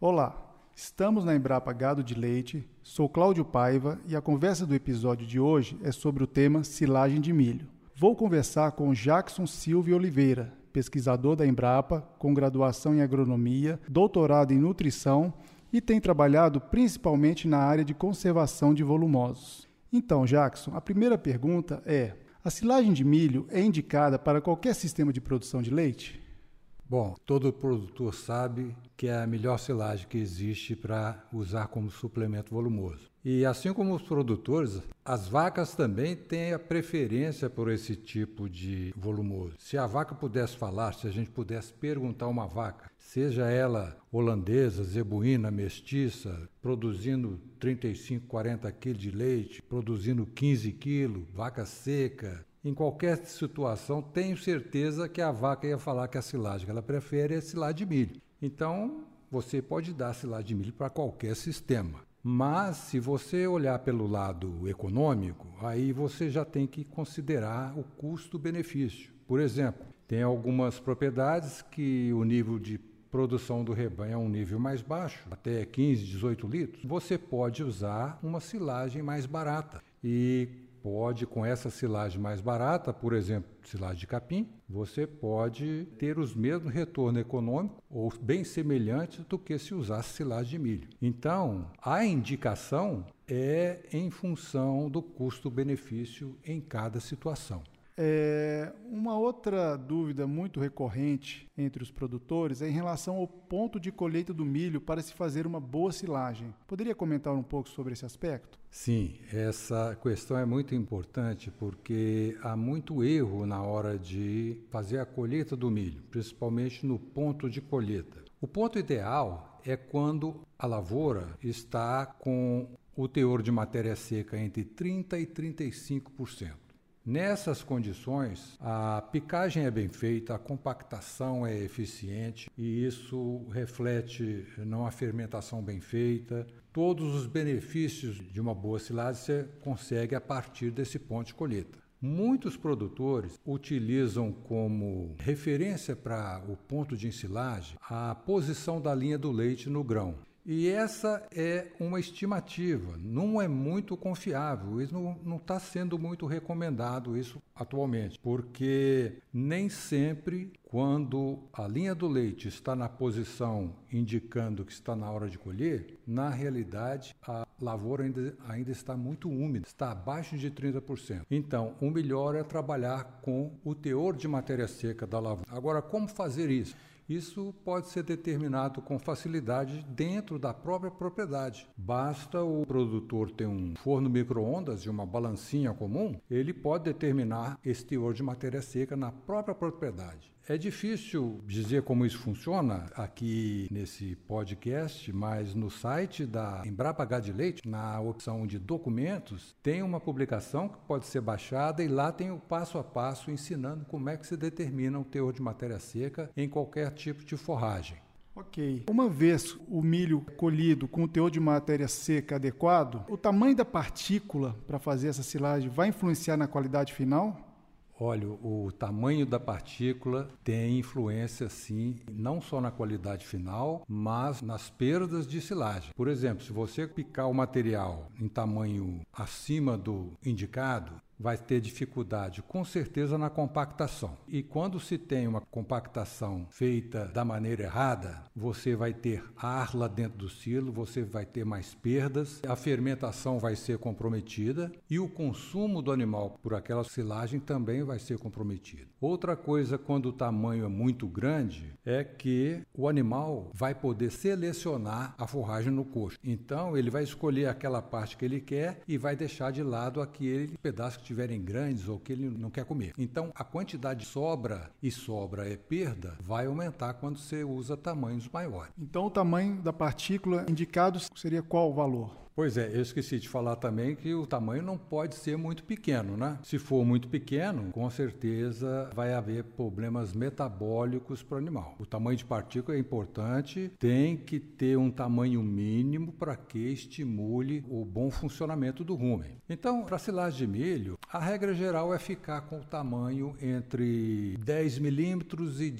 Olá, estamos na Embrapa Gado de Leite, sou Cláudio Paiva e a conversa do episódio de hoje é sobre o tema silagem de milho. Vou conversar com Jackson Silva Oliveira, pesquisador da Embrapa, com graduação em agronomia, doutorado em nutrição e tem trabalhado principalmente na área de conservação de volumosos. Então, Jackson, a primeira pergunta é: a silagem de milho é indicada para qualquer sistema de produção de leite? Bom, todo produtor sabe que é a melhor silagem que existe para usar como suplemento volumoso. E assim como os produtores, as vacas também têm a preferência por esse tipo de volumoso. Se a vaca pudesse falar, se a gente pudesse perguntar a uma vaca, seja ela holandesa, zebuína, mestiça, produzindo 35, 40 quilos de leite, produzindo 15 quilos, vaca seca, em qualquer situação, tenho certeza que a vaca ia falar que a silagem que ela prefere é silagem de milho. Então, você pode dar silagem de milho para qualquer sistema. Mas, se você olhar pelo lado econômico, aí você já tem que considerar o custo-benefício. Por exemplo, tem algumas propriedades que o nível de produção do rebanho é um nível mais baixo, até 15, 18 litros. Você pode usar uma silagem mais barata e pode, com essa silagem mais barata, por exemplo, silagem de capim, você pode ter os mesmos retorno econômico ou bem semelhantes do que se usasse silagem de milho. Então, a indicação é em função do custo-benefício em cada situação. Uma outra dúvida muito recorrente entre os produtores é em relação ao ponto de colheita do milho para se fazer uma boa silagem. Poderia comentar um pouco sobre esse aspecto? Sim, essa questão é muito importante porque há muito erro na hora de fazer a colheita do milho, principalmente no ponto de colheita. O ponto ideal é quando a lavoura está com o teor de matéria seca entre 30% e 35%. Nessas condições, a picagem é bem feita, a compactação é eficiente e isso reflete numa fermentação bem feita. Todos os benefícios de uma boa silagem você consegue a partir desse ponto de colheita. Muitos produtores utilizam como referência para o ponto de ensilagem a posição da linha do leite no grão. E essa é uma estimativa, não é muito confiável, isso não está sendo muito recomendado isso atualmente, porque nem sempre quando a linha do leite está na posição indicando que está na hora de colher, na realidade a lavoura ainda está muito úmida, está abaixo de 30%. Então, o melhor é trabalhar com o teor de matéria seca da lavoura. Agora, como fazer isso? Isso pode ser determinado com facilidade dentro da própria propriedade. Basta o produtor ter um forno micro-ondas e uma balancinha comum, ele pode determinar esse teor de matéria seca na própria propriedade. É difícil dizer como isso funciona aqui nesse podcast, mas no site da Embrapa Gado de Leite, na opção de documentos, tem uma publicação que pode ser baixada e lá tem o passo a passo ensinando como é que se determina o teor de matéria seca em qualquer tipo de forragem. Ok. Uma vez o milho colhido com o teor de matéria seca adequado, o tamanho da partícula para fazer essa silagem vai influenciar na qualidade final? Olha, o tamanho da partícula tem influência, sim, não só na qualidade final, mas nas perdas de silagem. Por exemplo, se você picar o material em tamanho acima do indicado, vai ter dificuldade, com certeza, na compactação. E quando se tem uma compactação feita da maneira errada, você vai ter ar lá dentro do silo, você vai ter mais perdas, a fermentação vai ser comprometida e o consumo do animal por aquela silagem também vai ser comprometido. Outra coisa, quando o tamanho é muito grande, é que o animal vai poder selecionar a forragem no coxo. Então, ele vai escolher aquela parte que ele quer e vai deixar de lado aquele pedaço que estiverem grandes ou que ele não quer comer. Então, a quantidade de sobra é perda vai aumentar quando você usa tamanhos maiores. Então, o tamanho da partícula indicado seria qual o valor? Pois é, eu esqueci de falar também que o tamanho não pode ser muito pequeno, né? Se for muito pequeno, com certeza vai haver problemas metabólicos para o animal. O tamanho de partícula é importante, tem que ter um tamanho mínimo para que estimule o bom funcionamento do rumen. Então, para silagem de milho, a regra geral é ficar com o tamanho entre 10 milímetros e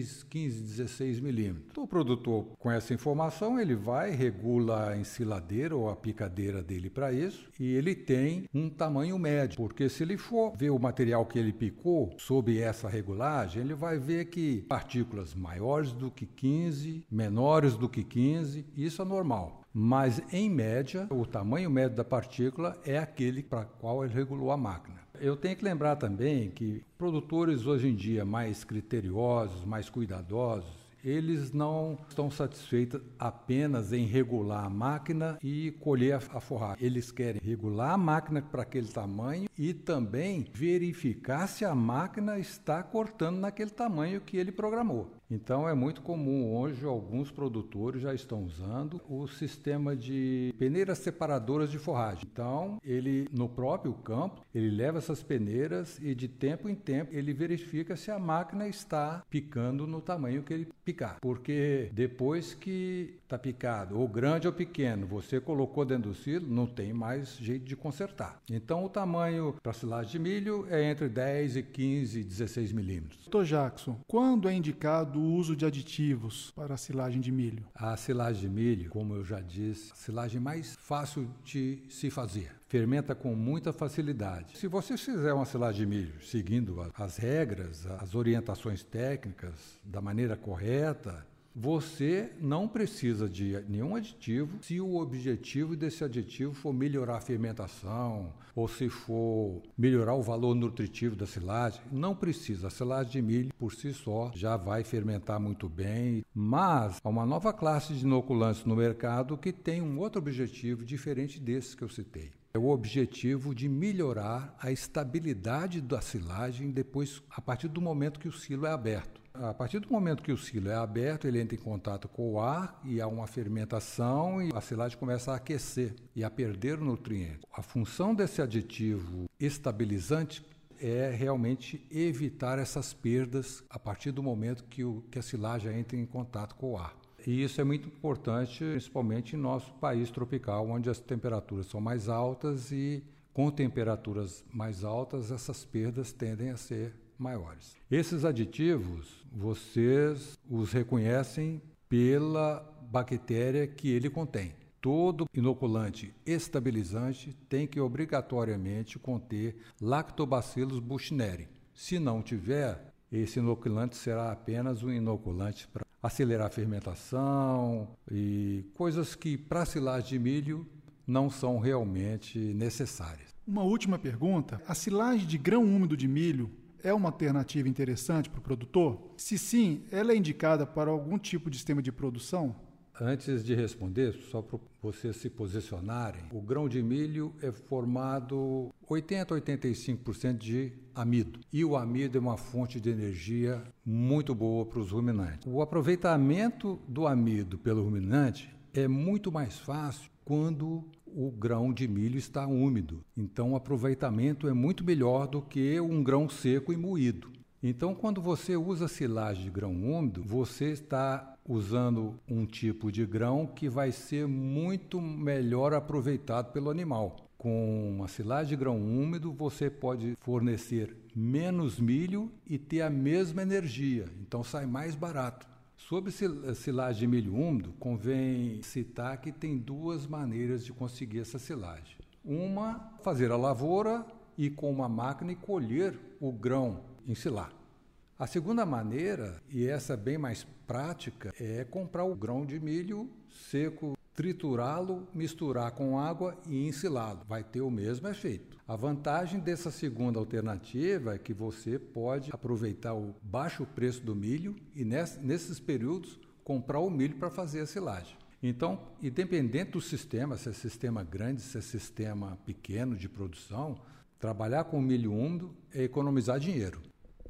15, 16 milímetros. Então, o produtor, com essa informação, ele vai, regula a ensiladeira ou a picadeira dele para isso, e ele tem um tamanho médio, porque se ele for ver o material que ele picou sob essa regulagem, ele vai ver que partículas maiores do que 15, menores do que 15, isso é normal. Mas, em média, o tamanho médio da partícula é aquele para qual ele regulou a máquina. Eu tenho que lembrar também que produtores hoje em dia mais criteriosos, mais cuidadosos, eles não estão satisfeitos apenas em regular a máquina e colher a forragem. Eles querem regular a máquina para aquele tamanho e também verificar se a máquina está cortando naquele tamanho que ele programou. Então é muito comum hoje, alguns produtores já estão usando o sistema de peneiras separadoras de forragem. Então ele, no próprio campo, ele leva essas peneiras e de tempo em tempo ele verifica se a máquina está picando no tamanho que ele picar. Porque depois que está picado, ou grande ou pequeno, você colocou dentro do silo, não tem mais jeito de consertar. Então o tamanho para silagem de milho é entre 10 e 15, 16 milímetros. Dr. Jackson, quando é indicado o uso de aditivos para a silagem de milho? A silagem de milho, como eu já disse, a silagem mais fácil de se fazer. Fermenta com muita facilidade. Se você fizer uma silagem de milho seguindo as regras, as orientações técnicas da maneira correta, você não precisa de nenhum aditivo se o objetivo desse aditivo for melhorar a fermentação ou se for melhorar o valor nutritivo da silagem. Não precisa. A silagem de milho, por si só, já vai fermentar muito bem. Mas há uma nova classe de inoculantes no mercado que tem um outro objetivo diferente desses que eu citei. É o objetivo de melhorar a estabilidade da silagem depois, a partir do momento que o silo é aberto. A partir do momento que o silo é aberto, ele entra em contato com o ar e há uma fermentação e a silagem começa a aquecer e a perder o nutriente. A função desse aditivo estabilizante é realmente evitar essas perdas a partir do momento que a silagem entra em contato com o ar. E isso é muito importante, principalmente em nosso país tropical, onde as temperaturas são mais altas e com temperaturas mais altas essas perdas tendem a ser maiores. Esses aditivos, vocês os reconhecem pela bactéria que ele contém. Todo inoculante estabilizante tem que obrigatoriamente conter Lactobacillus buchneri. Se não tiver, esse inoculante será apenas um inoculante para acelerar a fermentação e coisas que para silagem de milho não são realmente necessárias. Uma última pergunta: a silagem de grão úmido de milho é uma alternativa interessante para o produtor? Se sim, ela é indicada para algum tipo de sistema de produção? Antes de responder, só para vocês se posicionarem, o grão de milho é formado 80% a 85% de amido. E o amido é uma fonte de energia muito boa para os ruminantes. O aproveitamento do amido pelo ruminante é muito mais fácil quando o grão de milho está úmido. Então o aproveitamento é muito melhor do que um grão seco e moído. Então, quando você usa silagem de grão úmido, você está usando um tipo de grão que vai ser muito melhor aproveitado pelo animal. Com uma silagem de grão úmido, você pode fornecer menos milho e ter a mesma energia, então sai mais barato. Sobre silagem de milho úmido, convém citar que tem duas maneiras de conseguir essa silagem. Uma, fazer a lavoura e com uma máquina e colher o grão, ensilar. A segunda maneira, e essa é bem mais prática, é comprar o grão de milho seco, triturá-lo, misturar com água e ensilá-lo. Vai ter o mesmo efeito. A vantagem dessa segunda alternativa é que você pode aproveitar o baixo preço do milho e nesses períodos comprar o milho para fazer a silagem. Então, independente do sistema, se é sistema grande, se é sistema pequeno de produção, trabalhar com milho úmido é economizar dinheiro.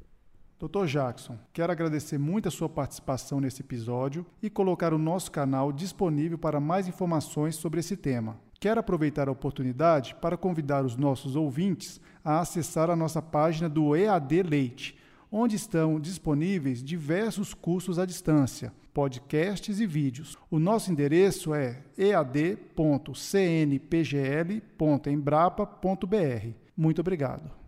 Dr. Jackson, quero agradecer muito a sua participação nesse episódio e colocar o nosso canal disponível para mais informações sobre esse tema. Quero aproveitar a oportunidade para convidar os nossos ouvintes a acessar a nossa página do EAD Leite, onde estão disponíveis diversos cursos à distância, podcasts e vídeos. O nosso endereço é ead.cnpgl.embrapa.br. Muito obrigado.